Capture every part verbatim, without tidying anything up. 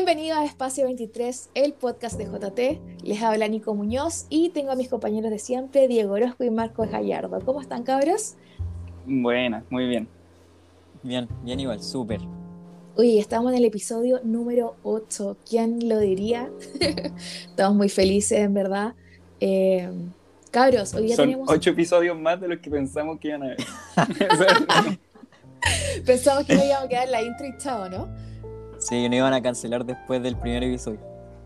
Bienvenidos a Espacio veintitrés, el podcast de J T. Les habla Nico Muñoz y tengo a mis compañeros de siempre, Diego Orozco y Marcos Gallardo. ¿Cómo están, cabros? Buena, muy bien. Bien, bien igual, súper. Uy, estamos en el episodio número ocho. ¿Quién lo diría? Estamos muy felices, en verdad. Eh, cabros, hoy día Son tenemos... ocho episodios más de los que pensamos que iban a haber. Pensamos que no íbamos a quedar en la intro y chao, ¿no? Sí, no iban a cancelar después del primer episodio.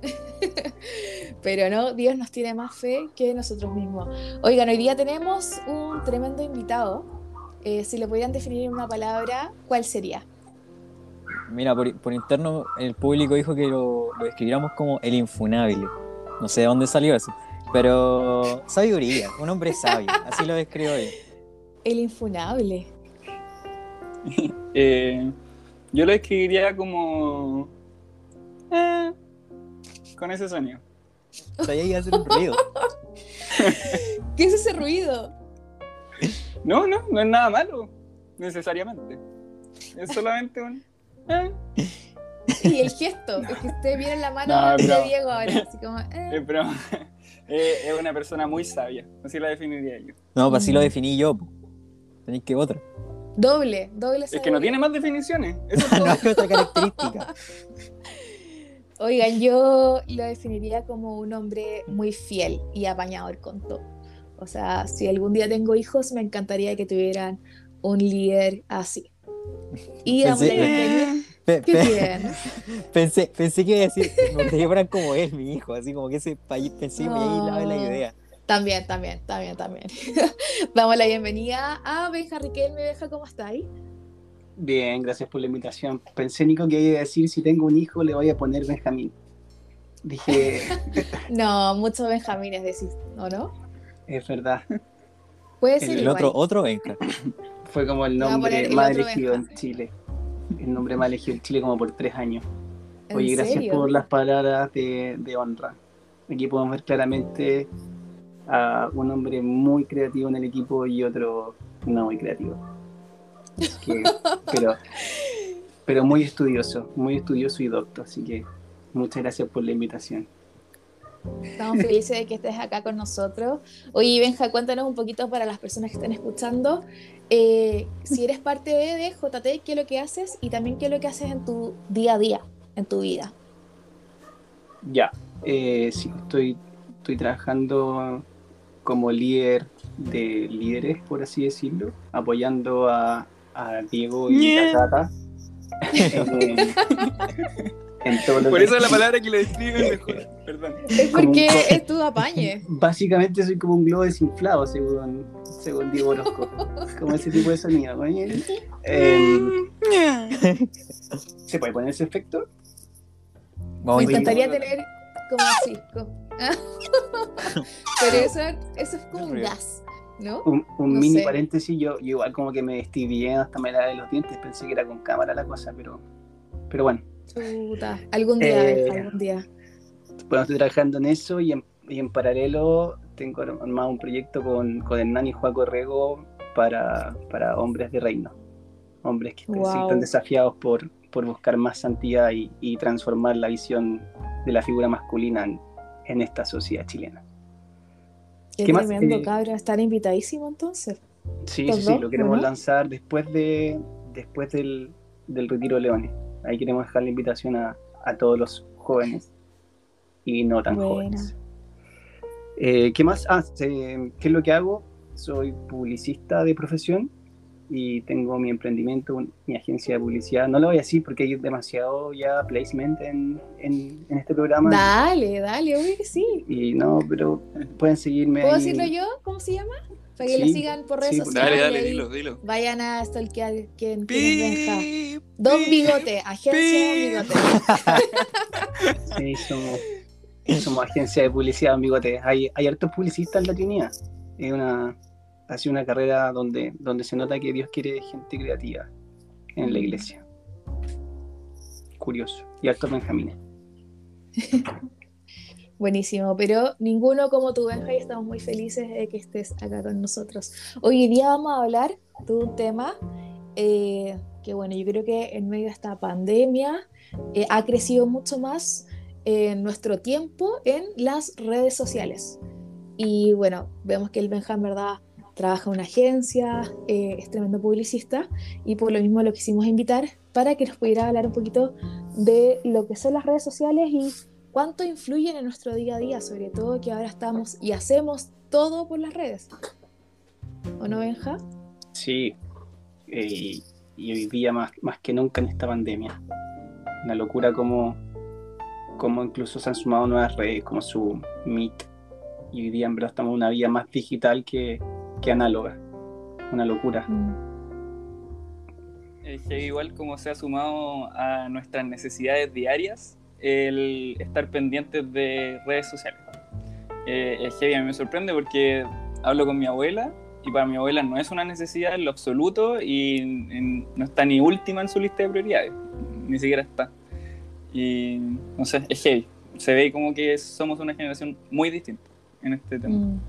Pero no, Dios nos tiene más fe que nosotros mismos. Oigan, hoy día tenemos un tremendo invitado. Eh, si le pudieran definir en una palabra, ¿cuál sería? Mira, por, por interno el público dijo que lo, lo describiéramos como el infunable. No sé de dónde salió eso. Pero sabiduría, un hombre sabio, así lo describo yo. El infunable. eh, yo lo escribiría como... Eh, con ese sonido. O sea, ahí iba a hacer un ruido. ¿Qué es ese ruido? No, no, no es nada malo, necesariamente. Es solamente un... Eh. Y el gesto, es que usted viene en la mano No, de pero- Diego ahora, así como... eh. Es broma. Eh, es una persona muy sabia, así la definiría yo. No, pues así lo Mm. definí yo. po. Tenéis que otra. Doble, doble Es que no sabiduría. tiene más definiciones. Eso es No todo. hay otra característica. Oigan, yo lo definiría como un hombre muy fiel y apañador con todo. O sea, si algún día tengo hijos, me encantaría que tuvieran un líder así. Y damos la Pensé- bienvenida. Pe- ¿Qué pe- tiene? pensé, pensé que iba a decir, me gustaría que fueran como él, mi hijo, así como que ese país, pensé que me iba a ir la, la idea. También, también, también, también. Damos la bienvenida a Benja Riquelme. Benja, ¿cómo está ahí? Bien, gracias por la invitación. Pensé, Nico, que iba a decir, si tengo un hijo, le voy a poner Benjamín. Dije, No, muchos Benjamines decís, ¿o no? es verdad. Puede ser El igual. otro, otro Benja. Fue como el Le voy a poner nombre el más otro elegido Benja. en Chile. El nombre más elegido en Chile como por tres años. ¿En Oye, gracias serio? por las palabras de, de honra. Aquí podemos ver claramente a un hombre muy creativo en el equipo y otro no muy creativo. Que- pero, pero muy estudioso, muy estudioso y docto. Así que muchas gracias por la invitación. Estamos felices de que estés acá con nosotros. Oye, Benja, cuéntanos un poquito para las personas que están escuchando. eh, si eres parte de, de J T, ¿qué es lo que haces? Y también qué es lo que haces en tu día a día, en tu vida. Ya, eh, sí, estoy, estoy trabajando como líder de líderes, por así decirlo, apoyando a, a Diego y Ñe. a Tata en, en todo lo Por que- eso es la palabra que lo describe mejor. Perdón. Es Como un porque co- es tu apañe. Básicamente soy como un globo desinflado, según, según Diego Orozco, como ese tipo de sonido. Eh, ¿Se puede poner ese efecto? Vamos Me a Oye, encantaría no, tener como así. como- Pero eso, eso es como un Ruido. gas, ¿no? Un, un No mini sé. paréntesis, yo, yo igual como que me vestí bien, hasta me lavé los dientes, pensé que era con cámara la cosa, pero, pero bueno. Chuta. Algún día, Eh, Benja, algún día. Bueno, estoy trabajando en eso y en, y en paralelo tengo armado un proyecto con, con Hernán y Joaco Rego para, para hombres de reino. Hombres que Wow. se están desafiados por, por buscar más santidad y, y transformar la visión de la figura masculina en, en esta sociedad chilena. Qué ¿qué más? tremendo, Eh, cabra. Estar invitadísimo entonces. Sí, ¿Los sí, sí, dos, lo queremos o no? lanzar después, de, después del, del Retiro de Leones. Ahí queremos dejar la invitación a, a todos los jóvenes y no tan Buena. jóvenes. Eh, ¿Qué más? Ah, eh, ¿qué es lo que hago? Soy publicista de profesión y tengo mi emprendimiento, un- mi agencia de publicidad. No lo voy a decir porque hay demasiado ya placement en, en, en este programa. Dale, dale, obvio que sí. Y no, pero pueden seguirme ¿Puedo ahí. decirlo yo? ¿Cómo se llama? Para que Sí, la sigan por redes sí, sociales. Dale, y dale, ahí dilo, dilo. Vayan a stalkear quién, quién es Benja. Pi, Don pi, Bigote, agencia pi. Don Bigote. Sí, somos, somos agencia de publicidad, amigote. Hay, hay hartos publicistas en la Trinidad. Es una, ha sido una carrera donde, donde se nota que Dios quiere gente creativa en la iglesia. Curioso. Y hartos benjamines. Buenísimo, pero ninguno como tú, Benja, y estamos muy felices de que estés acá con nosotros. Hoy día vamos a hablar de un tema eh, que que bueno, yo creo que en medio de esta pandemia eh, ha crecido mucho más eh, nuestro tiempo en las redes sociales. Y bueno, vemos que el Benja en verdad trabaja en una agencia, eh, es tremendo publicista, y por lo mismo lo quisimos invitar para que nos pudiera hablar un poquito de lo que son las redes sociales y cuánto influyen en nuestro día a día, sobre todo que ahora estamos y hacemos todo por las redes. ¿O no, Benja? Sí, eh, y hoy día más, más que nunca en esta pandemia. Una locura como, como incluso se han sumado nuevas redes como su Meet, y hoy día en verdad estamos en una vida más digital que, que análoga. Una locura. Mm. Es heavy igual como se ha sumado a nuestras necesidades diarias el estar pendientes de redes sociales. Eh, es heavy, a mí me sorprende porque hablo con mi abuela y para mi abuela no es una necesidad en lo absoluto y en- no está ni última en su lista de prioridades, ni siquiera está. Y no sé, es heavy. Se ve como que somos una generación muy distinta en este tema. Mm.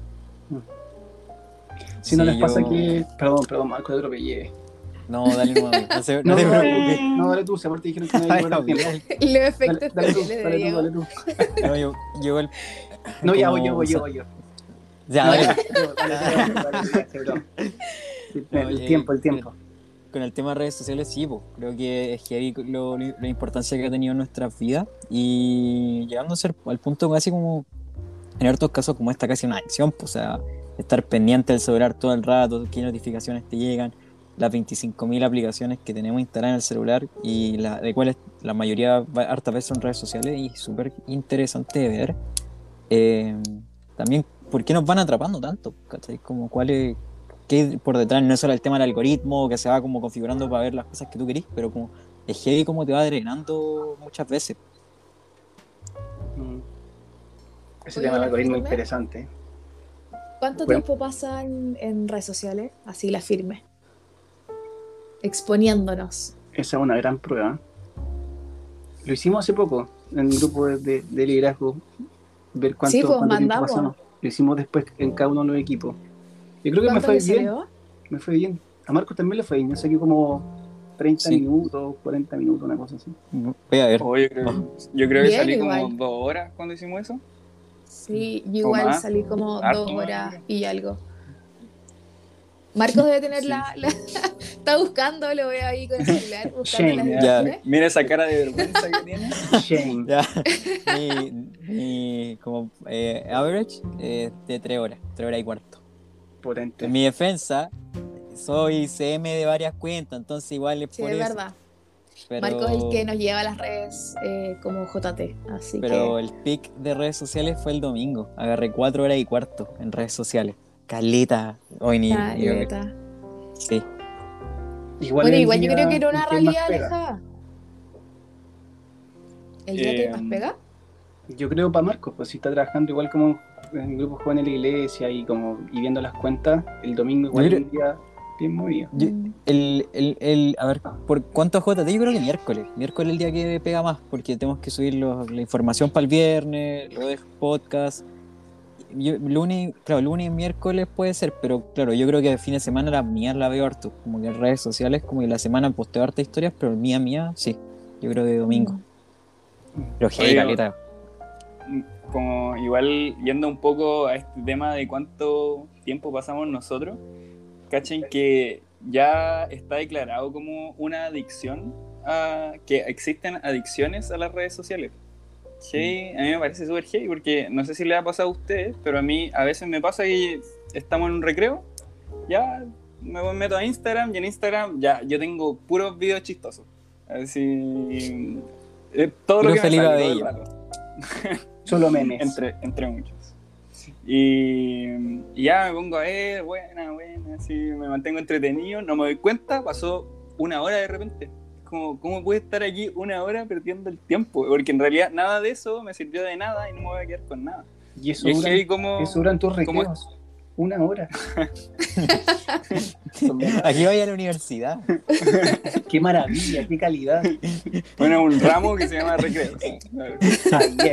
Si no Sí, les pasa yo- que... Perdón, perdón, Marco, te atropellé. No, dale nuevo. No, se- no No, te no, preocupes. no, dale tú, si aparte dijeron que no Ay, iba a tiempo. Gabriel. Los efectos Dale, dale tú, especiales de dale tú, Diego. dale tú. No, yo, yo el- No, ya voy como- yo, voy yo, voy yo. Ya, No, dale. ya, no, dale, dale, dale, dale, dale, bro. No, El eh, tiempo, el tiempo. Con el tema de redes sociales, sí, po. Creo que es heavy lo- la importancia que ha tenido en nuestras vidas y llegando a ser al punto casi como, en hartos casos como esta, casi una adicción, pues, o sea, estar pendiente del celular todo el rato, qué notificaciones te llegan, las veinticinco mil aplicaciones que tenemos instaladas en el celular y la, de cuales la mayoría va- hartas veces son redes sociales y súper interesante de ver. Eh, también, ¿por qué nos van atrapando tanto? ¿Cachai? Como cuál es, qué hay por detrás, no es solo el tema del algoritmo que se va como configurando para ver las cosas que tú querís, pero como es heavy como te va drenando muchas veces. Mm. Ese Oye, tema del la algoritmo es firme. interesante. ¿Cuánto Bueno. tiempo pasan en redes sociales? Así la firme. Exponiéndonos. Esa es una gran prueba. Lo hicimos hace poco en un grupo de, de- de liderazgo. Ver cuánto, Sí, pues, cuánto tiempo mandamos. pasamos. Lo hicimos después en cada uno de los equipos. Yo creo que me ¿Cuánto fue le bien. salió? Me fue bien. A Marcos también le fue bien. Yo saqué como treinta Sí. minutos, cuarenta minutos, una cosa así. Voy a ver. Oh, yo creo, yo creo que Bien, salí igual. como dos horas cuando hicimos eso. Sí, yo igual más. salí como Harto dos más, horas creo. y algo. Marcos debe tener Sí. la, la- Está buscando, lo veo ahí con el celular, buscando Shame, las Ya. imágenes. Mira esa cara de vergüenza que tiene. Shame. Ya. mi, mi como eh, average eh, de tres horas, tres horas y cuarto. Potente. En mi defensa, soy C M de varias cuentas, entonces igual es Sí, por es eso. verdad. Pero, Marcos es el que nos lleva a las redes eh, como J T, así pero que... el pic de redes sociales fue el domingo. Agarré cuatro horas y cuarto en redes sociales. Caleta. Hoy ni. ni- Caleta. sí. Igual Bueno, el igual yo día creo que era en una que hay más realidad pega. alejada. ¿El día que hay más Eh, pega? Yo creo para Marcos, pues si está trabajando igual como en grupos jóvenes de la iglesia y como y viendo las cuentas, el domingo igual Yo es un día bien movido. Yo- Mm. el, el, el, a ver, ¿por cuánto J T? Yo creo que miércoles. Miércoles es el día que pega más, porque tenemos que subir los- la información para el viernes, lo de podcast. Yo, lunes, claro, lunes y miércoles puede ser, pero claro, yo creo que el fin de semana la mía la veo harto. Como que en redes sociales, como que la semana posteo harta historias, pero mía, mía, sí. Yo creo que domingo. Mm. Pero hey, Oye, caleta. Como igual yendo un poco a este tema de cuánto tiempo pasamos nosotros, cachen que ya está declarado como una adicción, a, que existen adicciones a las redes sociales. Heavy, a mí me parece súper heavy porque no sé si le ha pasado a ustedes, pero a mí a veces me pasa que estamos en un recreo, ya me meto a Instagram y en Instagram ya yo tengo puros videos chistosos. Así, eh, todo Puro lo que me Felipe sale, todo el Abello. rato. Solo memes. Entre, entre muchos. Y, y ya me pongo a ver, buena, buena, así me mantengo entretenido, no me doy cuenta, pasó una hora de repente. Como, ¿cómo puede estar aquí una hora perdiendo el tiempo? Porque en realidad nada de eso me sirvió de nada y no me voy a quedar con nada. Y eso Y es dura, heavy como... eso duran tus como- recreos. Una hora. Son memes. Aquí vaya a la universidad. Qué maravilla, qué calidad. Bueno, un ramo que se llama recreo. Ah, bien.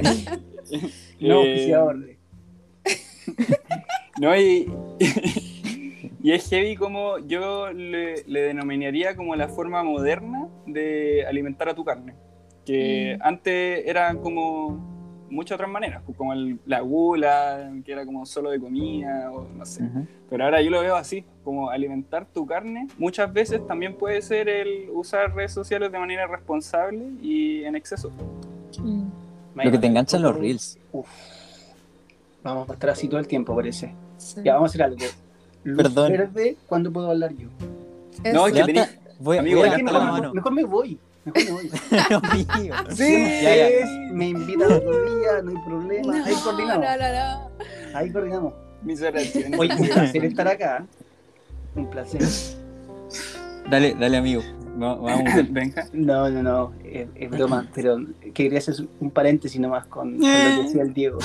No, Eh, oficiador. No, y, Y es heavy como yo le, le denominaría como la forma moderna de alimentar a tu carne. Que Mm. antes eran como muchas otras maneras, pues, como el- la gula, que era como solo de comida, o no sé. Ujú. Pero ahora yo lo veo así, como alimentar tu carne. Muchas veces también puede ser el usar redes sociales de manera responsable y en exceso. Mm. Lo que te enganchan los Uf, reels. Vamos a estar así todo el tiempo, parece. Sí. Ya, vamos a hacer algo. Luz Perdón. verde, ¿cuándo puedo hablar yo? No, Eso. es que tení- Levanta, voy, amigo, voy a ¿Sabes qué? levantar levanta la la mano. Mejor me voy. Mejor me voy. No, mío. Sí, Ya, ya. me invita otro día, no hay problema. No, Ahí coordinamos. no, no, no. Ahí coordinamos. mis oraciones. Oye, un placer estar acá. Un placer. Dale, dale, amigo. Va- Vamos. Benja. No, no, no, es, es broma, pero quería hacer un paréntesis nomás con, con lo que decía el Diego.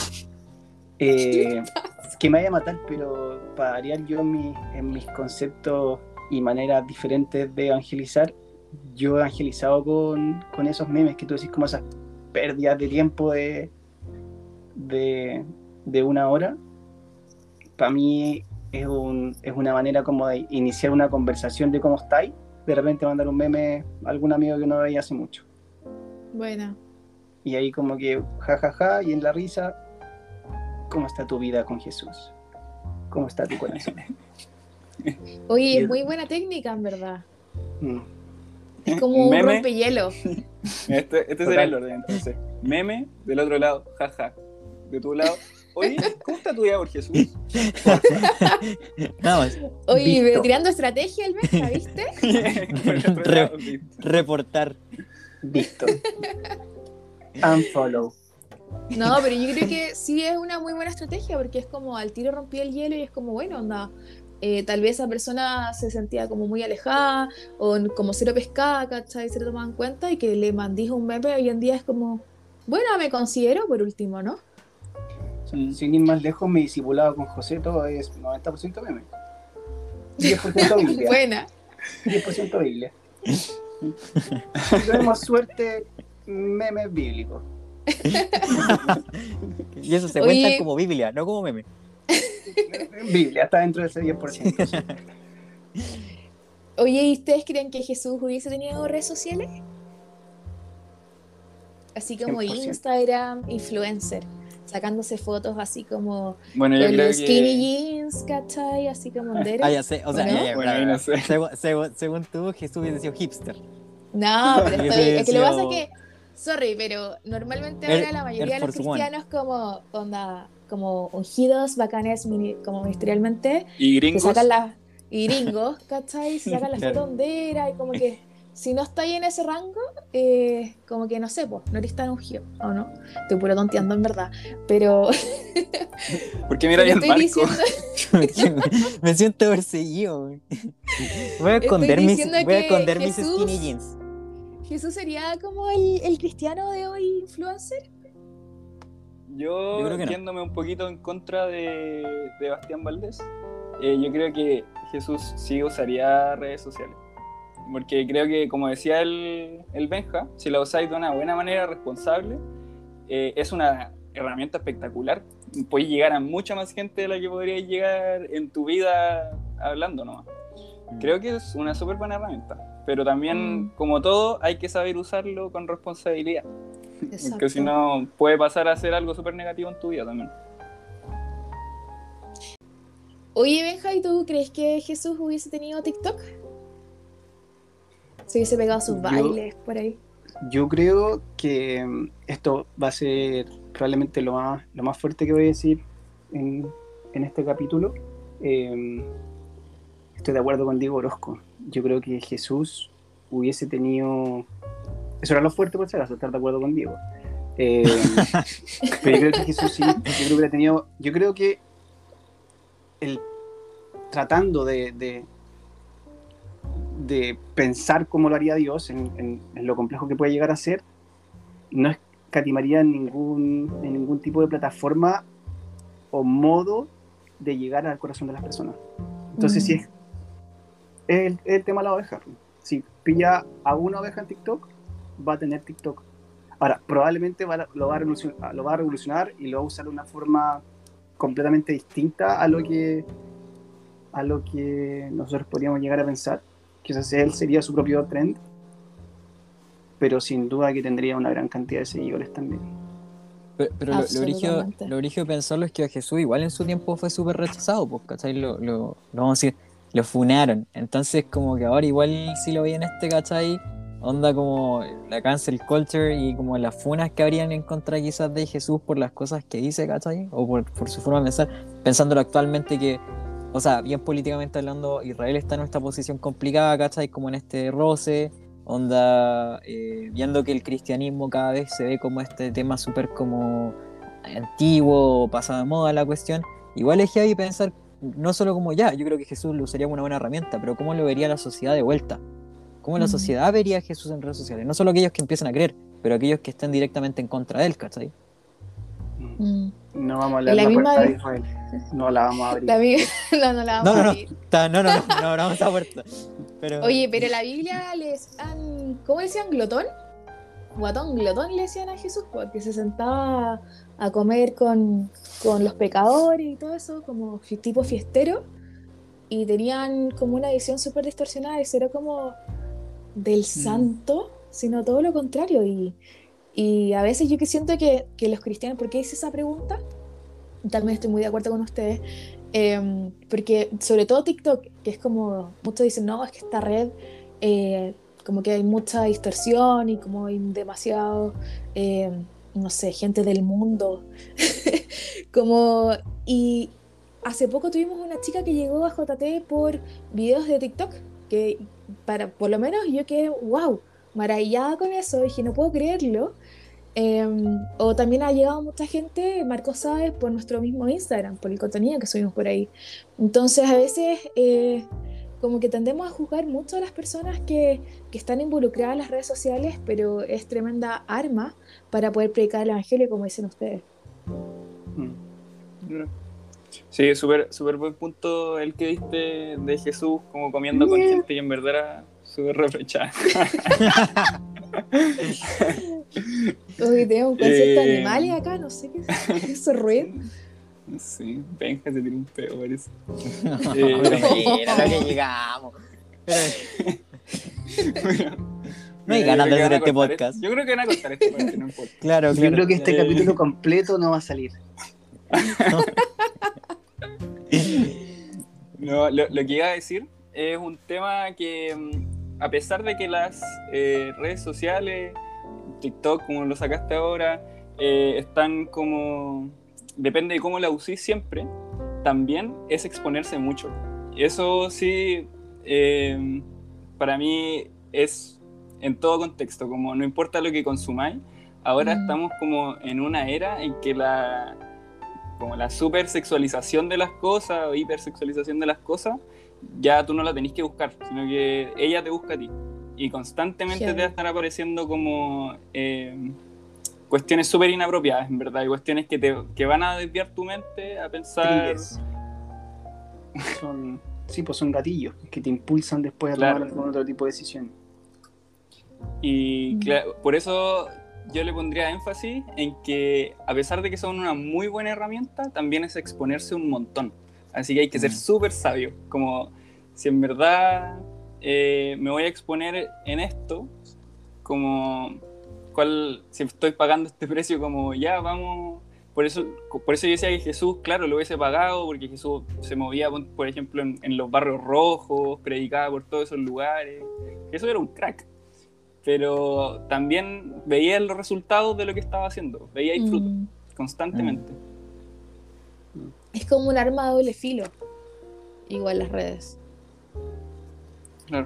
Eh, que me vaya a matar, pero para variar yo en, mi- en mis conceptos y maneras diferentes de evangelizar, yo he evangelizado con, con esos memes que tú decís, como esas pérdidas de tiempo de, de, de una hora. Para mí es, un, es una manera como de iniciar una conversación de cómo estáis. De repente mandar un meme a algún amigo que no veía hace mucho. Bueno. Y ahí como que jajaja, ja, ja, y en la risa, ¿cómo está tu vida con Jesús? ¿Cómo está tu corazón? Oye, Y- es muy buena técnica, en verdad. Mm. Es como un Meme. rompehielo. Este, este será el orden, entonces. Meme, del otro lado, jaja. De tu lado, oye, ¿cómo está tu vida por Jesús? Nada más. Oye, Visto. tirando estrategia el Benja, ¿viste? Por el otro Re- lado, sí. Reportar. Visto. Unfollow. No, pero yo creo que sí es una muy buena estrategia porque es como al tiro rompí el hielo y es como, bueno, onda, eh, tal vez esa persona se sentía como muy alejada o n- como cero pescada, ¿cachai? Se lo tomaban en cuenta y que le mandís un meme hoy en día es como, bueno, me considero por último, ¿no? Mm. Sin ir más lejos, mi discipulado con José todo es noventa por ciento meme. diez por ciento Biblia. Buena. diez por ciento Biblia. Si tenemos suerte, memes bíblicos. Y eso se Oye. cuenta como Biblia, no como meme. Biblia está dentro de ese diez por ciento. Oye, ¿y ustedes creen que Jesús hubiese tenido redes sociales? Así como cien por ciento. Instagram, influencer, sacándose fotos así como Bueno, yo con creo los skinny que. jeans, ¿cachai? Así como enderes. Ah, ya sé. O sea, ¿O ya, no? ya, Bueno, ahí mira, no sé. según, según, según tú, Jesús hubiese sido hipster. No, pero Hubiese estoy, es que lo que pasa sido- es que, sorry, pero normalmente Air- ahora la mayoría Air de los Force One. cristianos como, onda, como ungidos, bacanes, mini- como ministerialmente, Y se gringos. sacan las, y gringos, ¿cachai? Se sacan la Claro. foto hondera y como que si no estáis en ese rango, eh, como que no sé, pues, no eres tan ungido, ¿o no? Estoy puro tonteando en verdad, pero ¿Por qué mira ahí te el estoy marco? diciendo, Me siento perseguido. güey. Voy a esconder, mis, diciendo voy a que esconder mis Jesús- skinny jeans. Jesús sería como el, el cristiano de hoy influencer. Yo, Yo creo que no. yéndome un poquito en contra de, de Bastián Valdés, eh, yo creo que Jesús sí usaría redes sociales. Porque creo que, como decía el, el Benja, si la usáis de una buena manera, responsable, eh, es una herramienta espectacular. Puedes llegar a mucha más gente de la que podrías llegar en tu vida hablando nomás. Creo que es una súper buena herramienta. Pero también, Mm. como todo, hay que saber usarlo con responsabilidad. Exacto. Porque si no, puede pasar a ser algo súper negativo en tu vida también. Oye, Benja, ¿y tú crees que Jesús hubiese tenido TikTok? Se hubiese pegado sus Yo- bailes por ahí. Yo creo que mm, esto va a ser probablemente lo más, lo más fuerte que voy a decir en, en este capítulo. Eh, estoy de acuerdo con Diego Orozco. Yo creo que Jesús hubiese tenido... Eso era lo fuerte por si acaso, estar de acuerdo con Diego. Eh, pero yo creo que Jesús sí, yo creo que hubiera tenido... Yo creo que el, tratando de, de, de pensar cómo lo haría Dios en, en- en lo complejo que puede llegar a ser, no escatimaría en ningún, en ningún tipo de plataforma o modo de llegar al corazón de las personas. Entonces, Mm. sí, es, es el, es el tema de la oveja. Si pilla a una oveja en TikTok, va a tener TikTok. Ahora, probablemente va a- lo, va a revolucionar, lo va a revolucionar y lo va a usar de una forma completamente distinta a lo que a lo que nosotros podríamos llegar a pensar. Quizás él sería su propio trend, pero sin duda que tendría una gran cantidad de seguidores también. Pero, pero lo, lo brígido, Absolutamente. lo brígido de pensarlo es que a Jesús igual en su tiempo fue súper rechazado, pues, ¿cachai? Lo, lo, lo vamos a decir, lo funaron. Entonces como que ahora igual si lo veían este, ¿cachai? Onda como la cancel culture y como las funas que habrían en contra quizás de Jesús por las cosas que dice, ¿cachai? O por, por su forma de pensar, pensándolo actualmente que, o sea, bien políticamente hablando, Israel está en esta posición complicada, ¿cachai? Como en este roce, onda, eh, viendo que el cristianismo cada vez se ve como este tema súper como antiguo, pasado de moda la cuestión, igual es heavy pensar, no solo como ya, yo creo que Jesús lo usaría como una buena herramienta, pero cómo lo vería la sociedad de vuelta. ¿Cómo la Mm. sociedad vería a Jesús en redes sociales? No solo aquellos que empiezan a creer, pero aquellos que estén directamente en contra de él, ¿cachai? Mm. No vamos a En hablar la la misma puerta de vez- Israel. No la vamos a abrir. La Biblia, no, no la vamos No, no, a no, abrir. está- no, no, no, no, no abramos esa puerta. Pero, Oye, pero la Biblia les han, ¿cómo decían? ¿Glotón? Guatón, glotón le decían a Jesús porque se sentaba a comer con, con los pecadores y todo eso, como fi- tipo fiestero, y tenían como una visión súper distorsionada y cero como del santo, sino todo lo contrario. Y, y a veces yo que siento que, que los cristianos, ¿por qué hice esa pregunta? También estoy muy de acuerdo con ustedes, eh, porque sobre todo TikTok, que es como, muchos dicen, no, es que esta red, eh, como que hay mucha distorsión y como hay demasiado, eh, no sé, gente del mundo, como, y hace poco tuvimos una chica que llegó a J T por videos de TikTok, que para, por lo menos yo quedé, wow, maravillada con eso, dije, no puedo creerlo. Eh, o también ha llegado mucha gente, Marco sabe, por nuestro mismo Instagram, por el contenido que subimos por ahí. Entonces, a veces, eh, como que tendemos a juzgar mucho a las personas que, que están involucradas en las redes sociales, pero es tremenda arma para poder predicar el evangelio, como dicen ustedes. Mm. Sí, súper súper buen punto el que diste de Jesús como comiendo con gente y en verdad era súper reprochada. Hoy tenemos un concierto de Eh, animales acá, no sé qué es ese ruido. Sí, Benja se tiró un peo, parece. pero Eh, mira lo que llegamos. bueno, No hay yo ganas creo de que hacer van a este cortar podcast. esto. Yo creo que van a cortar esta parte, no importa. Claro, Yo claro. creo que este Eh. capítulo completo no va a salir. No, lo, lo que iba a decir es un tema que, mm, a pesar de que las eh, redes sociales, TikTok, como lo sacaste ahora, eh, están como. Depende de cómo la uséis siempre, también es exponerse mucho. Eso sí, eh, para mí es en todo contexto, como no importa lo que consumáis, ahora Mm. estamos como en una era en que la como la supersexualización de las cosas o hipersexualización de las cosas, ya tú no la tenés que buscar, sino que ella te busca a ti. Y constantemente Heavy. te va a estar apareciendo como eh, cuestiones súper inapropiadas, en verdad, y cuestiones que, te, que van a desviar tu mente a pensar... Triggers. Son, sí, pues son gatillos que te impulsan después a Claro. tomar algún otro tipo de decisión. Y Mm. claro, por eso yo le pondría énfasis en que, a pesar de que son una muy buena herramienta, también es exponerse un montón. Así que hay que ser Mm. súper sabio. Como si en verdad eh, me voy a exponer en esto, como cuál, si estoy pagando este precio, como ya vamos. Por eso, por eso yo decía que Jesús, claro, lo hubiese pagado, porque Jesús se movía, por ejemplo, en, en los barrios rojos, predicaba por todos esos lugares. Jesús era un crack. Pero también veía los resultados de lo que estaba haciendo, veía el fruto Mm. constantemente. Es como un arma de doble filo, igual las redes. Claro.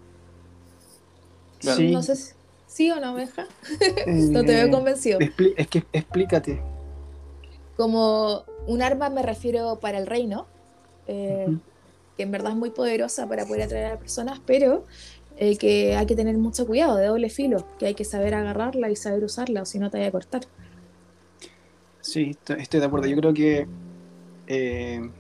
Claro. Sí. No sé si sí o no, Benja. Eh, No te veo convencido. expli- es que explícate. Como un arma me refiero para el reino, eh, Ujú. que en verdad es muy poderosa para poder atraer a personas, pero eh, que hay que tener mucho cuidado, de doble filo, que hay que saber agarrarla y saber usarla, o si no te vaya a cortar. Sí, estoy, estoy de acuerdo. Yo creo que eh,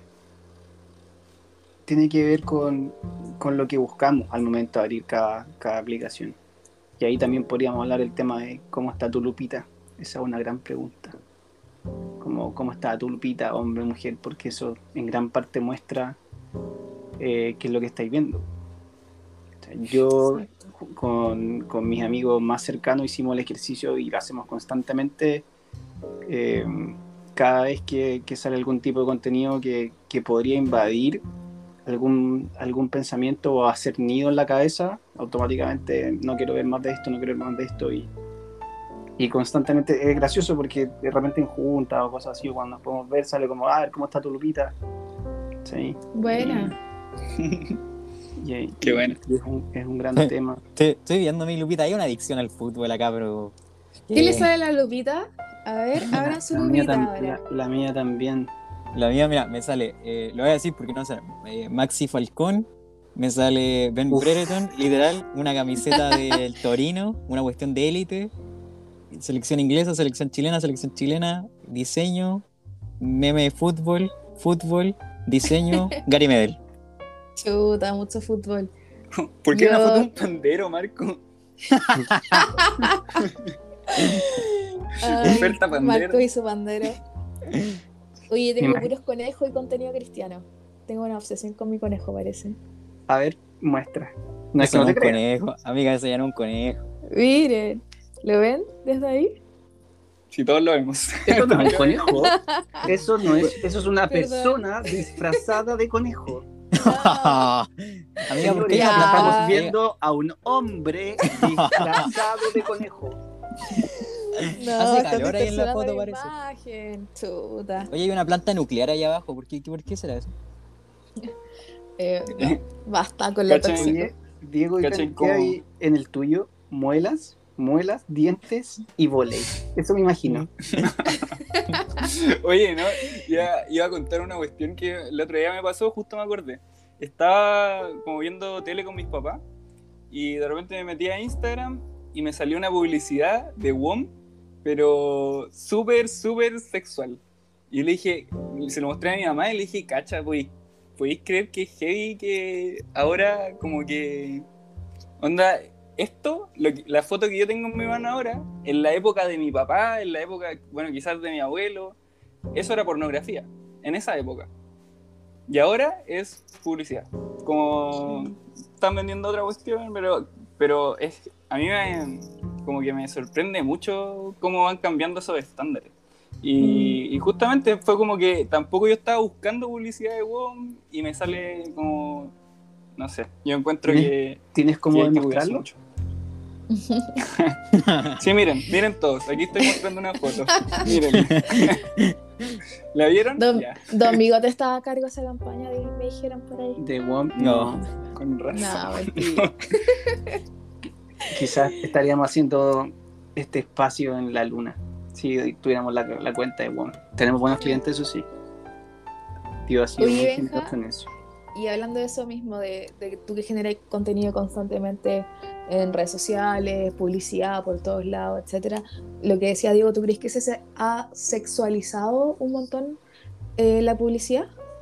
tiene que ver con, con lo que buscamos al momento de abrir cada, cada aplicación. Y ahí también podríamos hablar del tema de cómo está tu lupita. Esa es una gran pregunta. Cómo, cómo está tu lupita, hombre o mujer, porque eso en gran parte muestra eh, qué es lo que estáis viendo. O sea, yo con, con mis amigos más cercanos hicimos el ejercicio y lo hacemos constantemente. Eh, cada vez que, que sale algún tipo de contenido que, que podría invadir algún, algún pensamiento o hacer nido en la cabeza, automáticamente no quiero ver más de esto, no quiero ver más de esto, y, y constantemente es gracioso porque de repente en juntas o cosas así, o cuando nos podemos ver, sale como, a ver, ¿cómo está tu Lupita? Sí. Buena. Y, y, Qué bueno. y es, un, es un gran Sí. tema. Estoy, estoy viendo mi Lupita, hay una adicción al fútbol acá, pero... ¿Qué eh, le sale a la Lupita? A ver, abran su La mía, Lupita tam- ahora. la, la mía también. La mía, mira, me sale, eh, lo voy a decir porque no sé, eh, Maxi Falcón, me sale Ben Uf. Brereton, literal, una camiseta del Torino, una cuestión de élite, selección inglesa, selección chilena, selección chilena, diseño, meme de fútbol, fútbol, diseño, Gary Medel. Chuta, mucho fútbol. ¿Por qué Yo- una foto de un pandero, Marco? Ay, Oferta pandero. Marco y su pandero. Oye, tengo imagino. puros conejos y contenido cristiano. Tengo una obsesión con mi conejo, parece. A ver, muestra. No es que Eso no no te es un creas. conejo, amiga, eso ya no es un conejo. Miren, ¿lo ven desde ahí? Si todos lo vemos. Eso no es un conejo. Eso no es, eso es una Perdón. persona disfrazada de conejo. No. Amiga, ¿por qué Señores, ya. no estamos plantamos- viendo a un hombre disfrazado de conejo. No, Hace está calor ahí en la distorsionando foto, la parece. imagen. Chuta. Oye, hay una planta nuclear ahí abajo, ¿por qué, por qué será eso? Eh, no, basta con la Cachai. tóxica. Oye, Diego, ¿y ¿Cachai qué cómo? hay en el tuyo? Muelas, muelas, dientes y volei. Eso me imagino. Oye, no, ya iba a contar una cuestión que el otro día me pasó, justo me acordé. Estaba como viendo tele con mis papás y de repente me metí a Instagram y me salió una publicidad de W O M, pero súper, súper sexual. Y yo le dije, se lo mostré a mi mamá y le dije, cacha, ¿podéis, podéis creer que es heavy que ahora como que... Onda, esto, lo que- la foto que yo tengo en mi mano ahora, en la época de mi papá, en la época, bueno, quizás de mi abuelo, eso era pornografía, en esa época. Y ahora es publicidad. Como están vendiendo otra cuestión, pero, pero es, a mí me, como que me sorprende mucho cómo van cambiando esos estándares. Y, y justamente fue como que tampoco yo estaba buscando publicidad de W O M y me sale como, no sé, yo encuentro ¿Tienes- que... ¿Tienes que cómo hay que cuidarse demostrarlo? mucho. Sí, miren, miren todos. Aquí estoy mostrando una foto. Miren. ¿La vieron? Don, Ya, Don Bigote estaba a cargo de esa campaña, de- me dijeron por ahí. De W O M, No. no. con razón. No, mentira. Quizás estaríamos haciendo este espacio en la luna si tuviéramos la, la cuenta de W O M. Tenemos buenos clientes, eso sí. Tío, ha sido Oye, muy Benja. generoso en eso. Y hablando de eso mismo, de, de tú que generas contenido constantemente en redes sociales, publicidad por todos lados, etcétera, lo que decía Diego, ¿tú crees que se ha sexualizado un montón eh, la publicidad?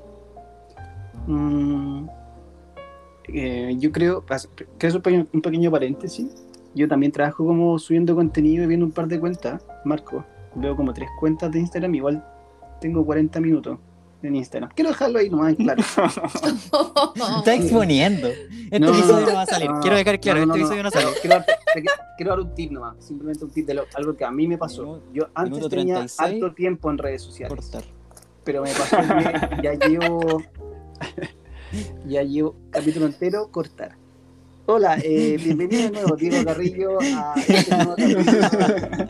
Mm, eh, yo creo, pas- que es un pequeño, un pequeño paréntesis. Yo también trabajo como subiendo contenido y viendo un par de cuentas. Marco, veo como tres cuentas de Instagram, igual tengo cuarenta minutos en Instagram. Quiero dejarlo ahí nomás, claro. Está exponiendo. Este No, episodio no va a salir. no, Quiero dejar claro, no, no, este no, episodio no, no, sale. Quiero, dar- te- quiero dar un tip nomás, simplemente un tip de lo- algo que a mí me pasó. Minuto- Yo antes minuto tenía treinta y seis. alto tiempo en redes sociales, Cortar. pero me pasó que ya llevo ya llevo capítulo entero cortar. Hola, eh, bienvenido de nuevo, Diego Carrillo, a este nuevo capítulo.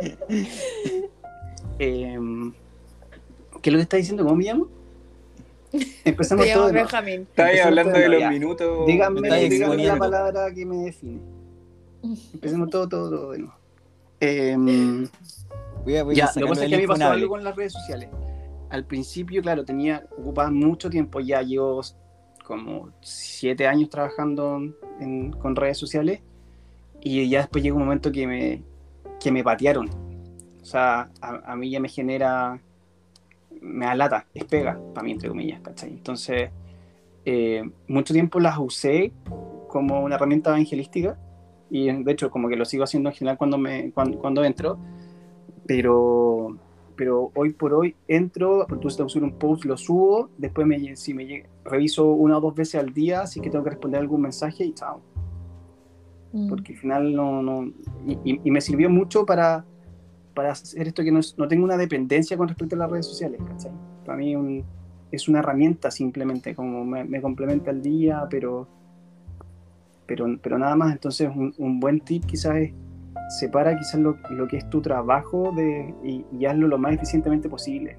Em, ¿Qué es lo que está diciendo? ¿Cómo me llamo? Empezamos Te todo llamo de nuevo. Benjamín. Estáis Empecemos hablando todo de los ya. minutos. Díganme, Me estáis díganme la exponiendo. palabra que me define. Empecemos todo, todo, todo de nuevo. Em, Voy a, voy a ya, lo que sacarlo pasa es del que a mí me pasó infunable. algo con las redes sociales. Al principio, claro, tenía ocupaba mucho tiempo, ya llevo como siete años trabajando en- con redes sociales y ya después llegó un momento que me, que me patearon. O sea, a, a mí ya me genera, me da lata, es pega, para mí, entre comillas, ¿cachai? Entonces, eh, mucho tiempo las usé como una herramienta evangelística y de hecho como que lo sigo haciendo en general cuando, me, cuando, cuando entro, pero pero hoy por hoy entro, entonces tengo que subir un post, lo subo, después me, si me llega, reviso una o dos veces al día, así que tengo que responder algún mensaje y chao. Mm. Porque al final no... no y, y, y me sirvió mucho para, para hacer esto que no, es, no tengo una dependencia con respecto a las redes sociales, ¿cachai? Para mí un, es una herramienta simplemente, como me, me complementa el día, pero, pero, pero nada más. Entonces un, un buen tip quizás es separa quizás lo, lo que es tu trabajo de, y, y hazlo lo más eficientemente posible.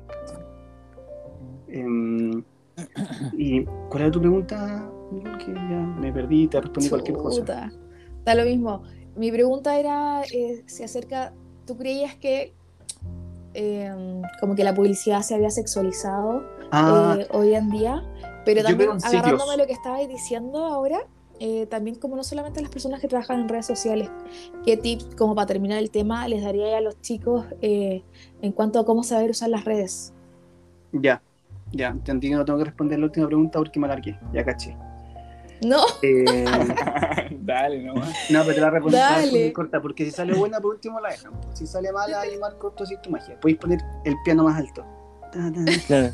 Um, ¿Y cuál era tu pregunta? Que ya me perdí, te respondí cualquier cosa. Chuta. Da lo mismo. Mi pregunta era eh, si acerca, ¿tú creías que eh, como que la publicidad se había sexualizado Ah, eh, hoy en día? Pero yo también veo en agarrándome ciclos. lo que estabas diciendo ahora, eh, también como no solamente a las personas que trabajan en redes sociales, ¿qué tip, como para terminar el tema, les daría a los chicos eh, en cuanto a cómo saber usar las redes? Ya, ya, entendí que no tengo que responder la última pregunta porque me alargué, ya caché. No, Eh, Dale nomás. no, pero te la respondo Dale. corta, porque si sale buena, por último la dejan. Si sale mala, ahí marco corto, así tu magia. Podéis poner el piano más alto. Ta, ta. Claro.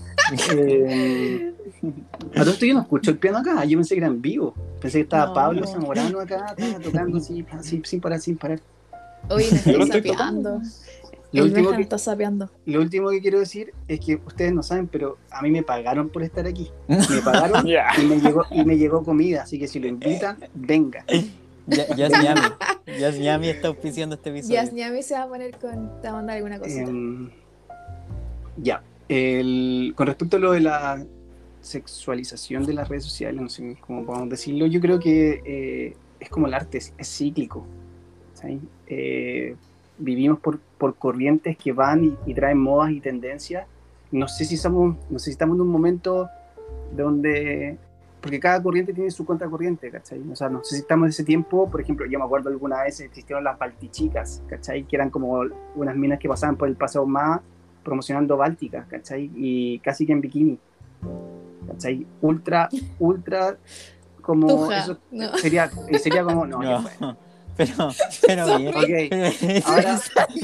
Eh, a todo esto yo no escucho el piano acá, yo pensé que era en vivo. Pensé que estaba No. Pablo Zamorano acá, estaba tocando así, así, sin parar, sin parar. Hoy me Yo lo estoy estoy sapeando. tocando. Lo El último, Benja me que, está sapeando. lo último que quiero decir es que ustedes no saben, pero a mí me pagaron por estar aquí. Me pagaron Ya. y me llegó, y me llegó comida, así que si lo invitan, venga. Ya, Jazz Ñami. Jazz Ñami está auspiciando este episodio. Yas Ñami se va a poner con. Te va a mandar alguna cosita. Eh, ya. El, con respecto a lo de la sexualización de las redes sociales, no sé cómo podemos decirlo, yo creo que eh, es como el arte, es, es cíclico. ¿Sí? Eh, vivimos por, por corrientes que van y, y traen modas y tendencias. No sé si estamos, no sé si estamos en un momento donde, porque cada corriente tiene su contracorriente, ¿cachai? O sea, no sé si estamos en ese tiempo, por ejemplo, yo me acuerdo alguna vez existieron las Baltichicas, ¿cachai? Que eran como unas minas que pasaban por el Paseo Más promocionando Báltica, ¿cachai? Y casi que en bikini, ¿cachai? Ultra, ultra, como Tuja, eso no. sería, sería como, no, No, qué fue. pero, pero bien. Ok, Pero este ahora,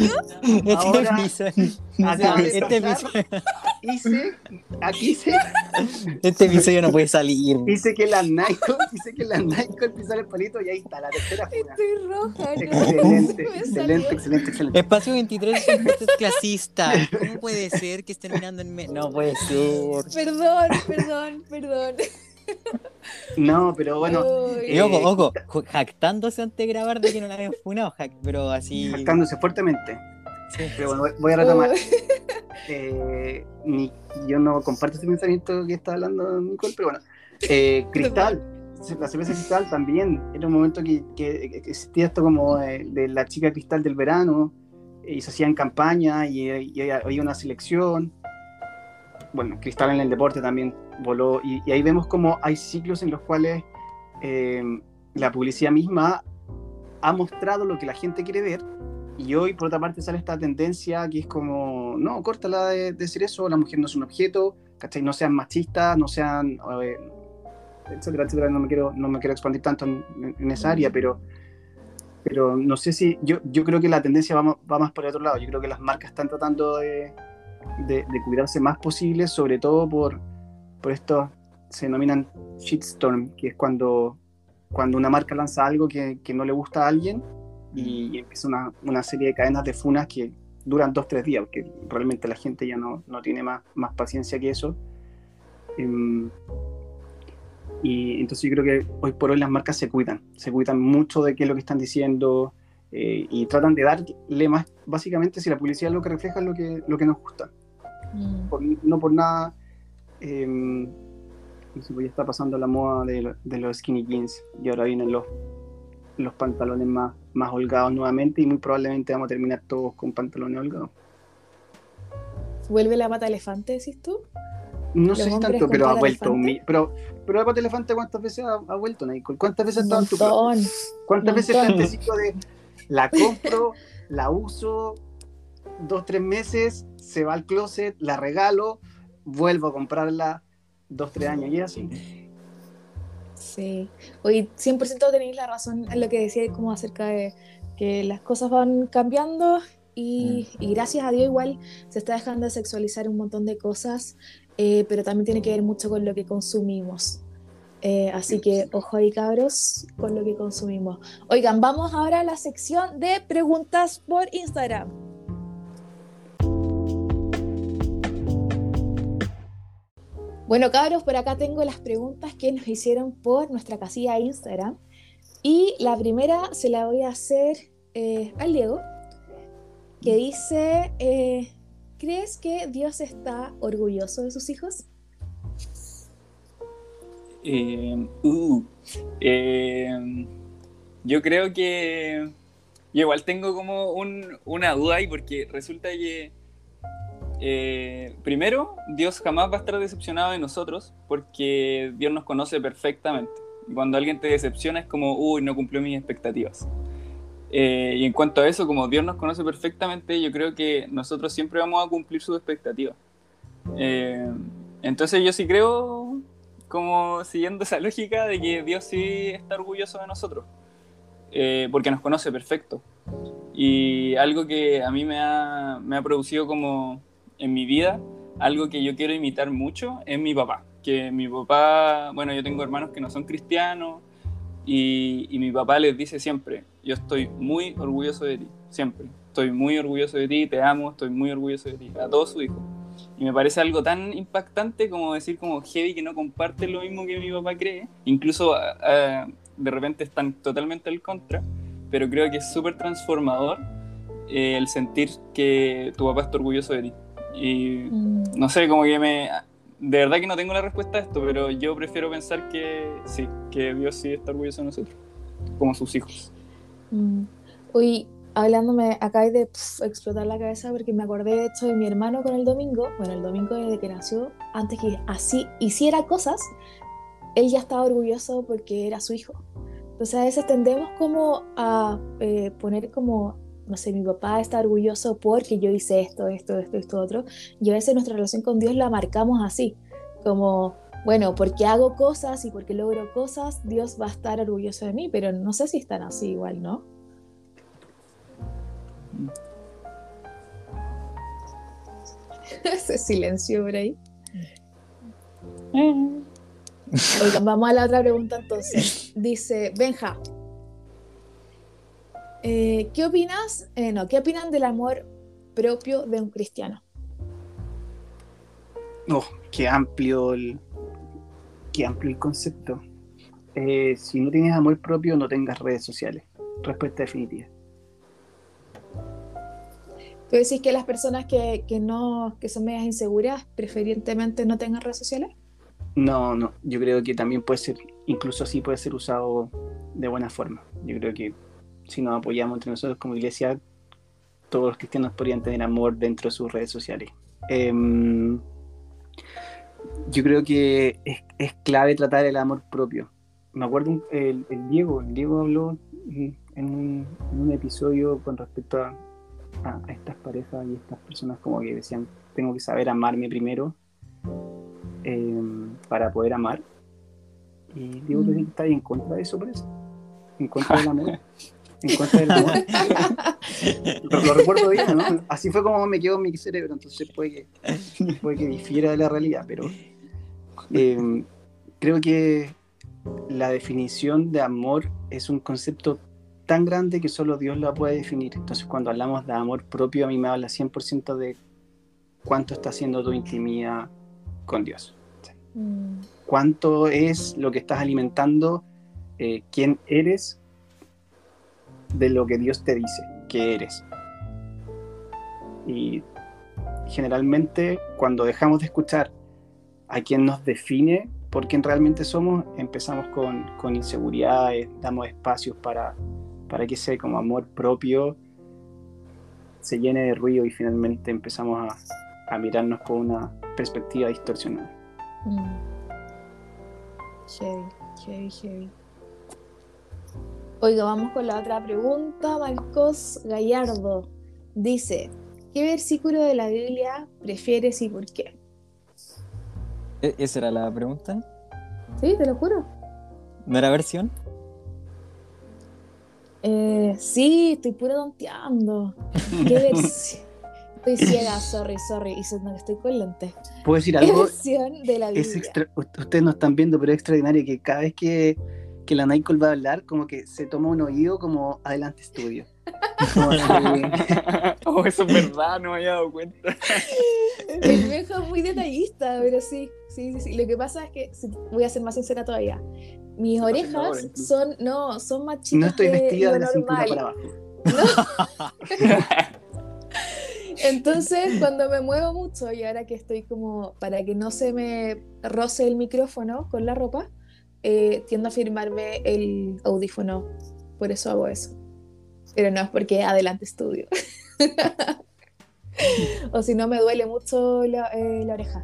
ahora episodio, acabo de este, pasar, episodio, hice, aquí hice, este episodio no puede salir. hice que la Nike, hice que la Nike pisara el palito y ahí está, la tercera funa. Estoy roja, no. Excelente, Me excelente, salió. excelente, excelente. Espacio veintitrés es un podcast clasista. ¿Cómo puede ser que estén mirando en me... No puede ser. Perdón, perdón, perdón. No, pero bueno, Uy. Y eh, ojo, ojo, ju- jactándose antes de grabar de que no la habían funado, jac- pero así. jactándose fuertemente. Sí. Pero bueno, voy- voy a retomar. Uy. Eh, ni, yo no comparto este pensamiento que está hablando Nicole, pero bueno. Eh, Cristal, la cerveza Cristal también. Era un momento que, que existía esto como de, de la chica Cristal del verano, y se hacían campañas y, y había una selección. Bueno, Cristal en el deporte también voló. Y, y ahí vemos como hay ciclos en los cuales eh, la publicidad misma ha mostrado lo que la gente quiere ver. Y hoy, por otra parte, sale esta tendencia que es como, no, córtala de, de decir eso, la mujer no es un objeto, ¿cachai? No sean machistas, no sean, eh, etcétera, etcétera. No me quiero, no me quiero expandir tanto en, en, en esa área, pero, pero no sé si, yo, yo creo que la tendencia va, va más por el otro lado. Yo creo que las marcas están tratando de, de, de cuidarse más posible, sobre todo por, por esto, se denominan shitstorm, que es cuando, cuando una marca lanza algo que, que no le gusta a alguien, y, y empieza una, una serie de cadenas de funas que duran dos, tres días, porque realmente la gente ya no, no tiene más, más paciencia que eso. Um, y entonces yo creo que hoy por hoy las marcas se cuidan, se cuidan mucho de qué es lo que están diciendo, eh, y tratan de darle más, básicamente, si la publicidad lo que refleja es lo que, lo que nos gusta. Mm. Por, no por nada, eh, no sé, pues ya está pasando la moda de, lo, de los skinny jeans, y ahora vienen los los pantalones más, más holgados nuevamente, y muy probablemente vamos a terminar todos con pantalones holgados. ¿Vuelve la pata elefante, decís tú? No Los sé si hombres tanto, con pero ha pata vuelto un elefante. mi- pero, pero la pata elefante, ¿cuántas veces ha, ha vuelto, Nicole? ¿Cuántas veces ha Un estado en tu closet? montón. ¿Cuántas veces montón. está este ciclo de la compro, la uso, dos, tres meses, se va al closet, la regalo, vuelvo a comprarla, dos, tres años, y así? Sí. Oye, cien por ciento tenéis la razón en lo que decíais como acerca de que las cosas van cambiando y, y gracias a Dios igual se está dejando de sexualizar un montón de cosas, eh, pero también tiene que ver mucho con lo que consumimos. Eh, así que ojo ahí cabros con lo que consumimos. Oigan, vamos ahora a la sección de preguntas por Instagram. Bueno cabros, por acá tengo las preguntas que nos hicieron por nuestra casilla de Instagram. Y la primera se la voy a hacer eh, al Diego, que dice, eh, ¿crees que Dios está orgulloso de sus hijos? Eh, uh, eh, yo creo que yo igual tengo como un, una duda ahí, porque resulta que eh, primero, Dios jamás va a estar decepcionado de nosotros, porque Dios nos conoce perfectamente. Y cuando alguien te decepciona es como, uy, no cumplió mis expectativas. Eh, y en cuanto a eso, como Dios nos conoce perfectamente, yo creo que nosotros siempre vamos a cumplir sus expectativas. Eh, entonces yo sí creo, como siguiendo esa lógica, de que Dios sí está orgulloso de nosotros, eh, porque nos conoce perfecto. Y algo que a mí me ha, me ha producido como en mi vida, algo que yo quiero imitar mucho, es mi papá. Que mi papá, bueno, yo tengo hermanos que no son cristianos, y, y mi papá les dice siempre, yo estoy muy orgulloso de ti, siempre. Estoy muy orgulloso de ti, te amo, estoy muy orgulloso de ti, a todo su hijo. Y me parece algo tan impactante como decir como heavy que no comparte lo mismo que mi papá cree, incluso uh, de repente están totalmente al contra, pero creo que es súper transformador eh, el sentir que tu papá está orgulloso de ti. Y mm. no sé, como que me... De verdad que no tengo la respuesta a esto, pero yo prefiero pensar que sí, que Dios sí está orgulloso de nosotros, como sus hijos. Mm. Uy, hablándome, acabé de pf, explotar la cabeza porque me acordé de hecho de mi hermano con el domingo, bueno, el domingo desde que nació, antes que así hiciera cosas, él ya estaba orgulloso porque era su hijo. Entonces a veces tendemos como a eh, poner como, no sé, mi papá está orgulloso porque yo hice esto, esto, esto, esto, otro, y a veces nuestra relación con Dios la marcamos así, como, bueno, porque hago cosas y porque logro cosas, Dios va a estar orgulloso de mí, pero no sé si están así igual, ¿no? Ese silencio por ahí. Oigan, vamos a la otra pregunta entonces. Dice, Benja, eh, ¿qué opinas? Eh, no, ¿qué opinan del amor propio de un cristiano? Oh, qué amplio el, qué amplio el concepto. Eh, si no tienes amor propio, no tengas redes sociales. Respuesta definitiva. ¿Tú decís que las personas que, que, no, que son medias inseguras preferentemente no tengan redes sociales? No, no. Yo creo que también puede ser, incluso así puede ser usado de buena forma. Yo creo que si nos apoyamos entre nosotros como iglesia, todos los cristianos podrían tener amor dentro de sus redes sociales. Eh, yo creo que es, es clave tratar el amor propio. Me acuerdo el, el Diego, el Diego habló en un, en un episodio con respecto a, a, a estas parejas y estas personas como que decían, tengo que saber amarme primero eh, para poder amar. Y Diego, ¿tú estás en contra de eso, por eso? ¿En contra del amor? En contra del amor. lo, lo recuerdo bien, ¿no? Así fue como me quedó en mi cerebro, entonces puede que, puede que difiera de la realidad, pero eh, creo que la definición de amor es un concepto tan grande que solo Dios la puede definir. Entonces cuando hablamos de amor propio, a mí me habla cien por ciento de cuánto está haciendo tu intimidad con Dios. Mm. Cuánto es lo que estás alimentando, eh, quién eres de lo que Dios te dice que eres. Y generalmente cuando dejamos de escuchar a quien nos define por quién realmente somos, empezamos con, con inseguridades, damos espacios para, para que ese como amor propio se llene de ruido y finalmente empezamos a, a mirarnos con una perspectiva distorsionada. Mm. Heavy, heavy, heavy. Oiga, vamos con la otra pregunta. Marcos Gallardo dice, ¿qué versículo de la Biblia prefieres y por qué? ¿Esa era la pregunta? Sí, te lo juro. ¿No era versión? Eh, sí, estoy puro tonteando. ¿Qué versión? Estoy ciega, sorry, sorry. Y siento que estoy con lentes. ¿Puedo decir ¿Qué algo? versión de la Es Biblia? extra... Ustedes no están viendo, pero es extraordinario que cada vez que, que la Nicole va a hablar, como que se toma un oído como adelante estudio. Como así. Oh, eso es verdad, no me había dado cuenta. El Benja es muy detallista, pero sí, sí, sí, sí. Lo que pasa es que, si- voy a ser más sincera todavía, mis Se está haciendo ahora, orejas incluso. son, no, son más No chicas estoy de vestida lo de la cintura para normal. abajo. Entonces, cuando me muevo mucho y ahora que estoy como, para que no se me roce el micrófono con la ropa, eh, tiendo a firmarme el audífono. Por eso hago eso. Pero no es porque adelante estudio. O si no, me duele mucho la, eh, la oreja.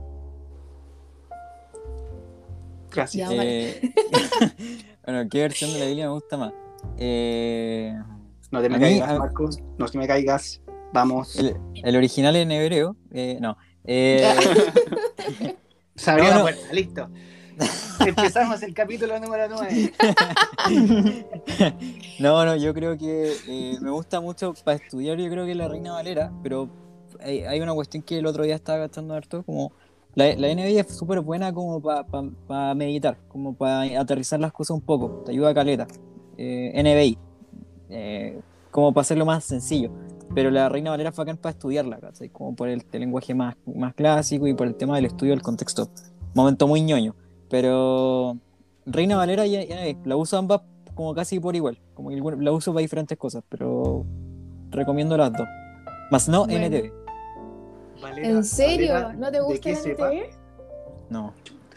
Gracias. Ya, Marco. Eh, bueno, ¿qué versión de la Biblia me gusta más? Eh, No te me a mí, caigas, a- Marcos. No te me caigas. Vamos. el, el original en hebreo, eh, no. Eh, Se abrió no, la no. puerta. Listo. Empezamos el capítulo número nueve. No, no, yo creo que eh, me gusta mucho para estudiar, yo creo que la Reina Valera, pero hay, hay una cuestión que el otro día estaba gastando harto, como la, la N B I es súper buena como para pa, pa meditar, como para aterrizar las cosas un poco, te ayuda a caleta. Eh, N B I, eh, como para hacerlo más sencillo, pero la Reina Valera es bacán para estudiarla, ¿cachai? Como por el, el lenguaje más, más clásico y por el tema del estudio del contexto. Momento muy ñoño, pero Reina Valera y N B I, la uso ambas como casi por igual, como que la uso para diferentes cosas, pero recomiendo las dos. Más no Bueno. N T V. Valera, ¿En serio? Valera, ¿No te ¿de gusta qué la sepa? N T V? No.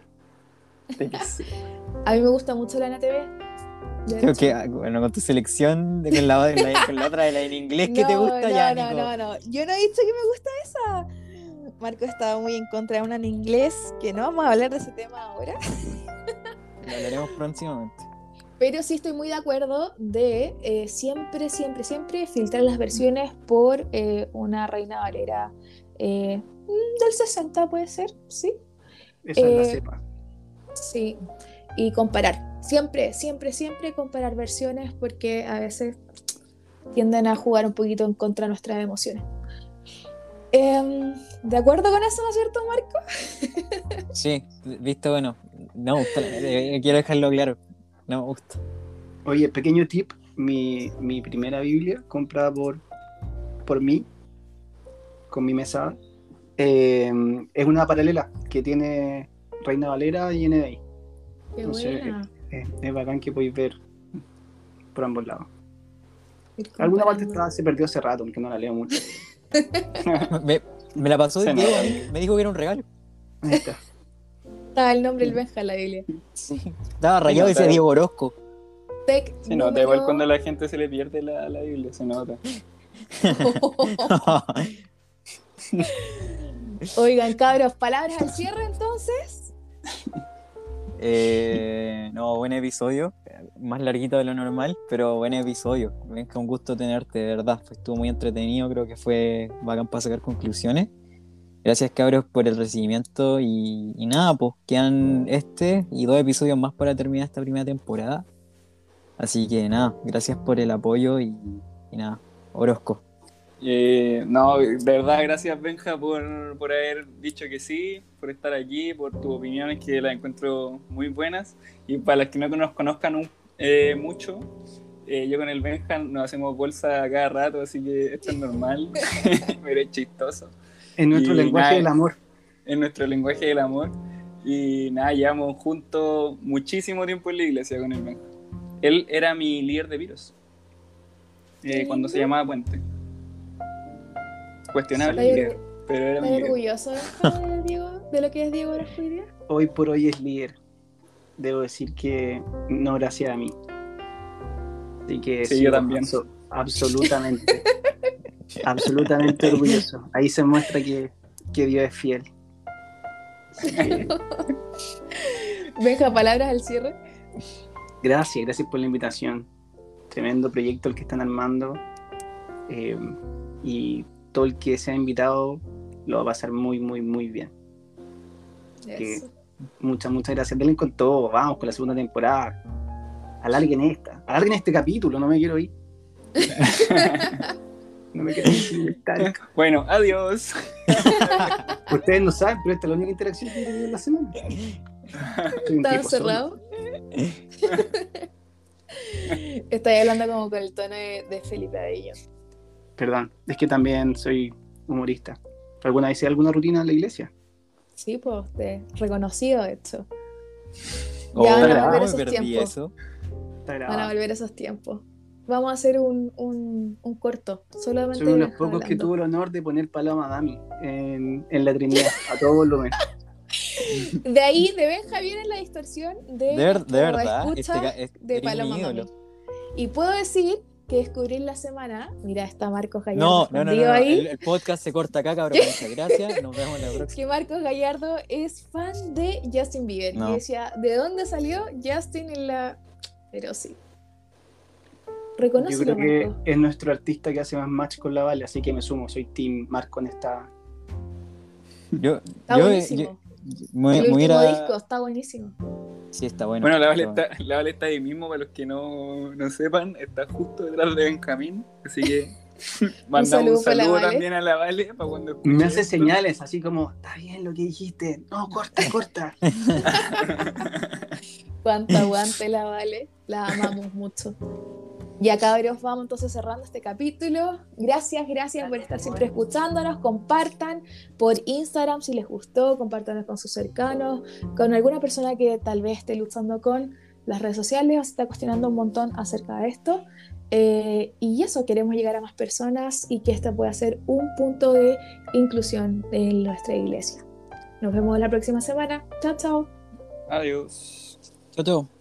De que sí. A mí me gusta mucho la N T V. De Creo hecho. que, ah, bueno, con tu selección, de, con, la, la- con la otra de la en inglés que te No, gusta, no, ya, no, Nico. no, no. Yo no he dicho que me gusta esa. Marco estaba muy en contra de una en inglés, que no vamos a hablar de ese tema ahora. Lo hablaremos próximamente. Pero sí estoy muy de acuerdo de eh, siempre, siempre, siempre filtrar las versiones por eh, una Reina Valera eh, mm, del sesenta, puede ser, sí. Esa es la Eh, cepa. Sí, y comparar. Siempre, siempre, siempre comparar versiones porque a veces tienden a jugar un poquito en contra de nuestras emociones. Em, ¿de acuerdo con eso, no es cierto, Marco? Sí, visto, bueno, no me gusta, eh, quiero dejarlo claro, no me gusta. Oye, pequeño tip. Mi, mi primera Biblia, comprada por, por mí, con mi mesada, eh, es una paralela que tiene Reina Valera y N B I. Qué Entonces, buena. Es, es bacán que podéis ver por ambos lados. Ir Alguna parte comparando. está- se perdió hace rato, porque no la leo mucho. Me, me la pasó Se Diego, nota. a mí, me dijo que era un regalo. Ahí está. Estaba el nombre del Benja en la Biblia. Sí. Estaba rayado Sí, ese nota. Diego Orozco. Tec Se nota, número- igual cuando a la gente se le pierde la, la Biblia, se nota. Oigan, cabros, palabras al cierre entonces. Eh, no, buen episodio, más larguito de lo normal, pero buen episodio. Es que un gusto tenerte, de verdad. Estuvo muy entretenido, creo que fue bacán para sacar conclusiones. Gracias, cabros, por el recibimiento y, y nada, pues quedan este y dos episodios más para terminar esta primera temporada. Así que nada, gracias por el apoyo y, y nada, Orozco. Eh, no, de verdad, gracias Benja por, por haber dicho que sí, por estar aquí, por tus opiniones que las encuentro muy buenas. Y para los que no nos conozcan un- eh, mucho, eh, yo con el Benja nos hacemos bolsa a cada rato, así que esto es normal, pero es chistoso. En nuestro Y lenguaje nada, del amor. En nuestro lenguaje del amor. Y nada, llevamos juntos muchísimo tiempo en la iglesia con el Benja. Él era mi líder de Piros, eh, Qué cuando se lindo. llamaba Puente. Cuestionable Estoy líder, pero era mi ¿Estás líder. orgulloso Benja, de, Diego, de lo que es Diego Orozco hoy día? Hoy por hoy es líder. Debo decir que no gracias a mí. Así que Sí, yo sigo también. abso- absolutamente, absolutamente orgulloso. Ahí se muestra que, que Dios es fiel. Así que, Benja, palabras al cierre. gracias, gracias por la invitación. Tremendo proyecto el que están armando. Eh, y todo el que sea invitado lo va a pasar muy, muy, muy bien. Que- Eso. Muchas, muchas gracias. Denle con todo. Vamos con la segunda temporada. Alarguen esta. Alarguen este capítulo, no me quiero ir. No me quedan sin estar. Bueno, adiós. Ustedes no saben, pero esta es la única interacción que he tenido en la semana. Soy un ¿Estás tipo solo. cerrado? Estoy hablando como con el tono de, de Felipe Abello. Perdón, es que también soy humorista. ¿Alguna vez hice alguna rutina en la iglesia? Sí, pues, de, reconocido, de hecho. Oh, Ya van a grabado, volver me esos perdí tiempos. eso. Está Van a grabado. volver esos tiempos. Vamos a hacer un, un, un corto, solamente Soy uno de los Benja pocos que hablando. tuvo el honor de poner Paloma Dami en, en la Trinidad, a todo volumen. De ahí, de Benja viene la distorsión de, De, ver- de nuestro verdad, escucha este, ca- es- de eres mi Paloma ídolo. Mami. Y puedo decir que descubrí en la semana, mira, está Marcos Gallardo No, no, no, no, escondido no. ahí, El, el podcast se corta acá, cabrón. Muchas gracias. Nos vemos la próxima. que Marcos Gallardo es fan de Justin Bieber. No. Y decía, ¿de dónde salió Justin en la...? Pero sí. Yo Reconócelo, creo que Marcos. es nuestro artista que hace más match con la Vale, así que me sumo, soy Team Marco en esta. Yo, Está yo, buenísimo. yo- me, El me último voy a- disco está buenísimo. Sí, está bueno. Bueno, la Vale, Está está, la Vale está ahí mismo, para los que no, no sepan, está justo detrás de Benjamín, así que mandamos saludo un para la saludo Vale. también a la Vale para cuando escuche Me hace esto. señales, así como, está bien lo que dijiste. No, corta, corta. Cuánto aguante la Vale. La amamos mucho. Ya cabros, vamos entonces cerrando este capítulo. Gracias, gracias por estar siempre escuchándonos. Compartan por Instagram si les gustó, compártanos con sus cercanos, con alguna persona que tal vez esté luchando con las redes sociales o se está cuestionando un montón acerca de esto. Eh, y eso, queremos llegar a más personas y que este pueda ser un punto de inclusión en nuestra iglesia. Nos vemos la próxima semana. Chao, chao. Adiós. Chao, chao.